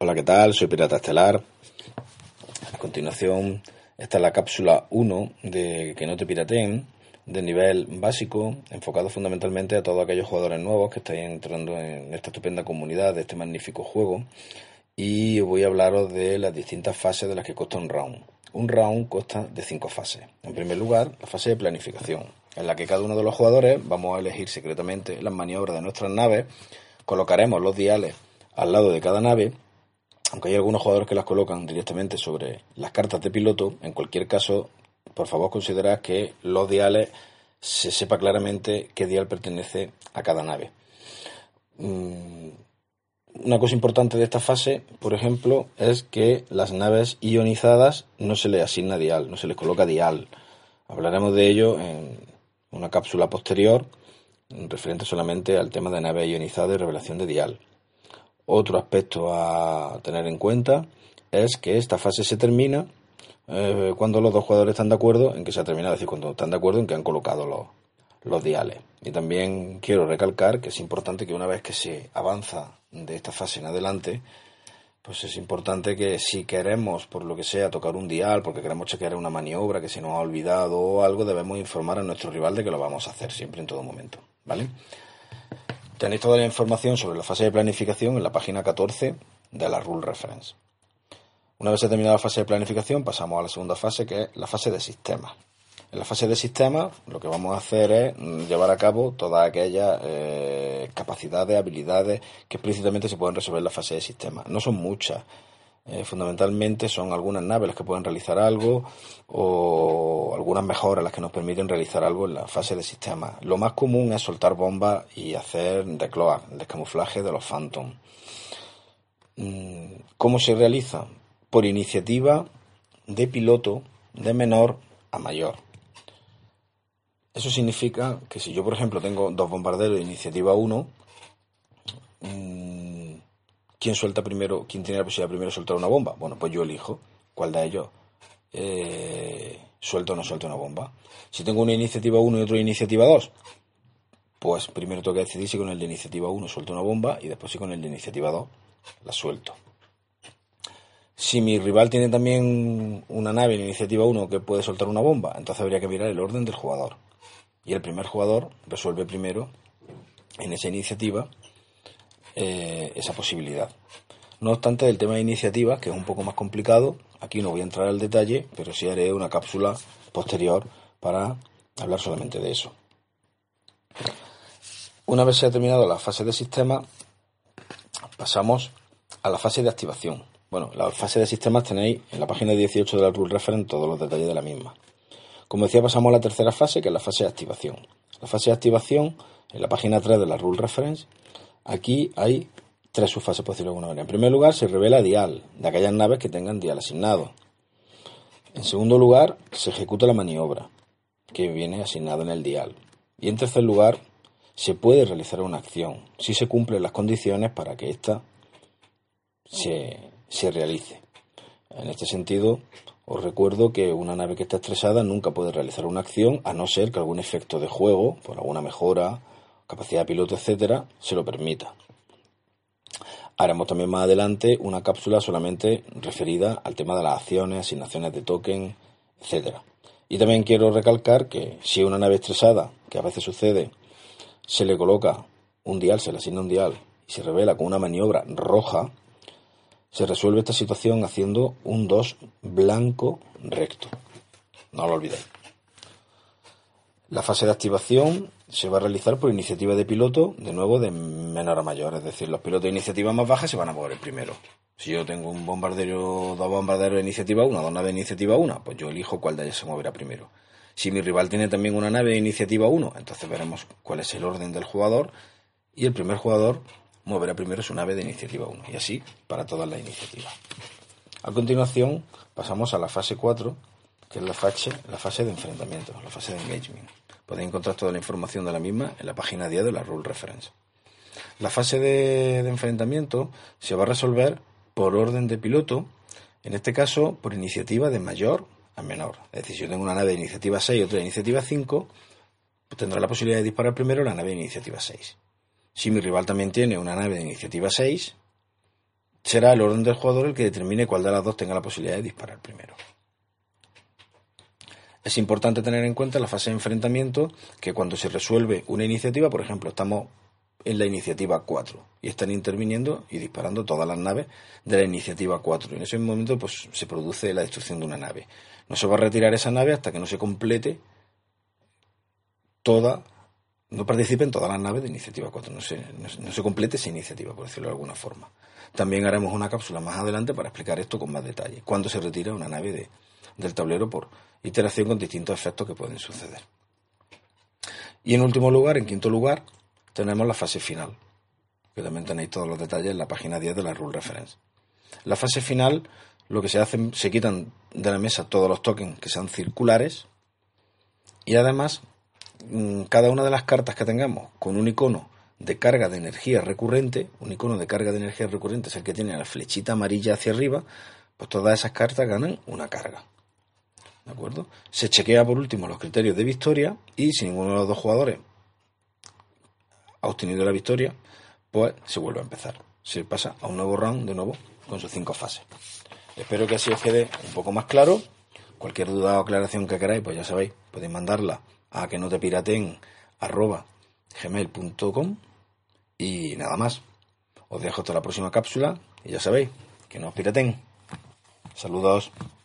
Hola, ¿qué tal? Soy Pirata Estelar. A continuación, esta es la cápsula 1 de Que no te pirateen, de nivel básico, enfocado fundamentalmente a todos aquellos jugadores nuevos que estáis entrando en esta estupenda comunidad de este magnífico juego. Y voy a hablaros de las distintas fases de las que consta un round. Un round consta de 5 fases. En primer lugar, la fase de planificación, en la que cada uno de los jugadores vamos a elegir secretamente las maniobras de nuestras naves, colocaremos los diales al lado de cada nave, aunque hay algunos jugadores que las colocan directamente sobre las cartas de piloto. En cualquier caso, por favor considerad que los diales se sepa claramente qué dial pertenece a cada nave. Una cosa importante de esta fase, por ejemplo, es que las naves ionizadas no se les asigna dial, no se les coloca dial. Hablaremos de ello en una cápsula posterior, referente solamente al tema de naves ionizadas y revelación de dial. Otro aspecto a tener en cuenta es que esta fase se termina cuando los dos jugadores están de acuerdo en que se ha terminado, es decir, cuando están de acuerdo en que han colocado los diales. Y también quiero recalcar que es importante que una vez que se avanza de esta fase en adelante, pues es importante que si queremos, por lo que sea, tocar un dial, porque queremos chequear una maniobra que se nos ha olvidado o algo, debemos informar a nuestro rival de que lo vamos a hacer siempre en todo momento, ¿vale? Tenéis toda la información sobre la fase de planificación en la página 14 de la Rule Reference. Una vez terminada la fase de planificación, pasamos a la segunda fase, que es la fase de sistema. En la fase de sistema, lo que vamos a hacer es llevar a cabo todas aquellas capacidades, habilidades que explícitamente se pueden resolver en la fase de sistema. No son muchas. Fundamentalmente son algunas naves las que pueden realizar algo o algunas mejoras las que nos permiten realizar algo en la fase de sistema. Lo más común es soltar bombas y hacer decloak, el descamuflaje de los Phantom. ¿Cómo se realiza? Por iniciativa de piloto de menor a mayor. Eso significa que si yo, por ejemplo, tengo 2 bombarderos de iniciativa 1, ¿quién suelta primero? ¿Quién tiene la posibilidad primero de soltar una bomba? Bueno, pues yo elijo cuál de ellos suelta o no suelta una bomba. Si tengo una iniciativa 1 y otro de iniciativa 2, pues primero tengo que decidir si con el de iniciativa 1 suelto una bomba y después si con el de iniciativa 2 la suelto. Si mi rival tiene también una nave en iniciativa 1 que puede soltar una bomba, entonces habría que mirar el orden del jugador. Y el primer jugador resuelve primero en esa iniciativa esa posibilidad. No obstante, el tema de iniciativas, que es un poco más complicado, aquí no voy a entrar al detalle, pero sí haré una cápsula posterior para hablar solamente de eso. Una vez se ha terminado la fase de sistema, pasamos a la fase de activación. Bueno, la fase de sistemas tenéis en la página 18 de la Rule Reference todos los detalles de la misma. Como decía, pasamos a la tercera fase, que es la fase de activación. La fase de activación, en la página 3 de la Rule Reference, aquí hay 3 subfases, por decirlo de alguna manera. En primer lugar, se revela dial, de aquellas naves que tengan dial asignado. En segundo lugar, se ejecuta la maniobra, que viene asignada en el dial. Y en tercer lugar, se puede realizar una acción, si se cumplen las condiciones para que ésta se realice. En este sentido, os recuerdo que una nave que está estresada nunca puede realizar una acción a no ser que algún efecto de juego, por alguna mejora, capacidad de piloto, etcétera, se lo permita. Haremos también más adelante una cápsula solamente referida al tema de las acciones, asignaciones de token, etcétera. Y también quiero recalcar que si una nave estresada, que a veces sucede, se le coloca un dial, se le asigna un dial y se revela con una maniobra roja, se resuelve esta situación haciendo un 2 blanco recto. No lo olvidéis. La fase de activación se va a realizar por iniciativa de piloto, de nuevo de menor a mayor. Es decir, los pilotos de iniciativa más baja se van a mover el primero. Si yo tengo un bombardero, 2 bombarderos de iniciativa 1, 2 naves de iniciativa 1, pues yo elijo cuál de ellas se moverá primero. Si mi rival tiene también una nave de iniciativa 1, entonces veremos cuál es el orden del jugador y el primer jugador moverá primero su nave de iniciativa 1 y así para todas las iniciativas. A continuación pasamos a la fase 4, que es la fase de enfrentamiento, la fase de engagement. Podéis encontrar toda la información de la misma en la página 10 de la Rule Reference. La fase de enfrentamiento se va a resolver por orden de piloto, en este caso por iniciativa de mayor a menor. Es decir, si yo tengo una nave de iniciativa 6 y otra de iniciativa 5, pues tendrá la posibilidad de disparar primero la nave de iniciativa 6. Si mi rival también tiene una nave de iniciativa 6, será el orden del jugador el que determine cuál de las dos tenga la posibilidad de disparar primero. Es importante tener en cuenta en la fase de enfrentamiento que cuando se resuelve una iniciativa, por ejemplo, estamos en la iniciativa 4 y están interviniendo y disparando todas las naves de la iniciativa 4. En ese momento pues se produce la destrucción de una nave. No se va a retirar esa nave hasta que no se complete no participen todas las naves de iniciativa 4, no se complete esa iniciativa, por decirlo de alguna forma. También haremos una cápsula más adelante para explicar esto con más detalle, cuando se retira una nave del tablero por iteración con distintos efectos que pueden suceder. Y en último lugar, en quinto lugar, tenemos la fase final, que también tenéis todos los detalles en la página 10 de la Rule Reference. La fase final, lo que se hace, se quitan de la mesa todos los tokens que sean circulares y además cada una de las cartas que tengamos con un icono de carga de energía recurrente, un icono de carga de energía recurrente es el que tiene la flechita amarilla hacia arriba, pues todas esas cartas ganan una carga. ¿De acuerdo? Se chequea por último los criterios de victoria y si ninguno de los dos jugadores ha obtenido la victoria, pues se vuelve a empezar. Se pasa a un nuevo round de nuevo con sus 5 fases. Espero que así os quede un poco más claro. Cualquier duda o aclaración que queráis, pues ya sabéis, podéis mandarla a que no te pirateen @gmail.com y nada más. Os dejo hasta la próxima cápsula y ya sabéis, que no os pirateen. Saludos.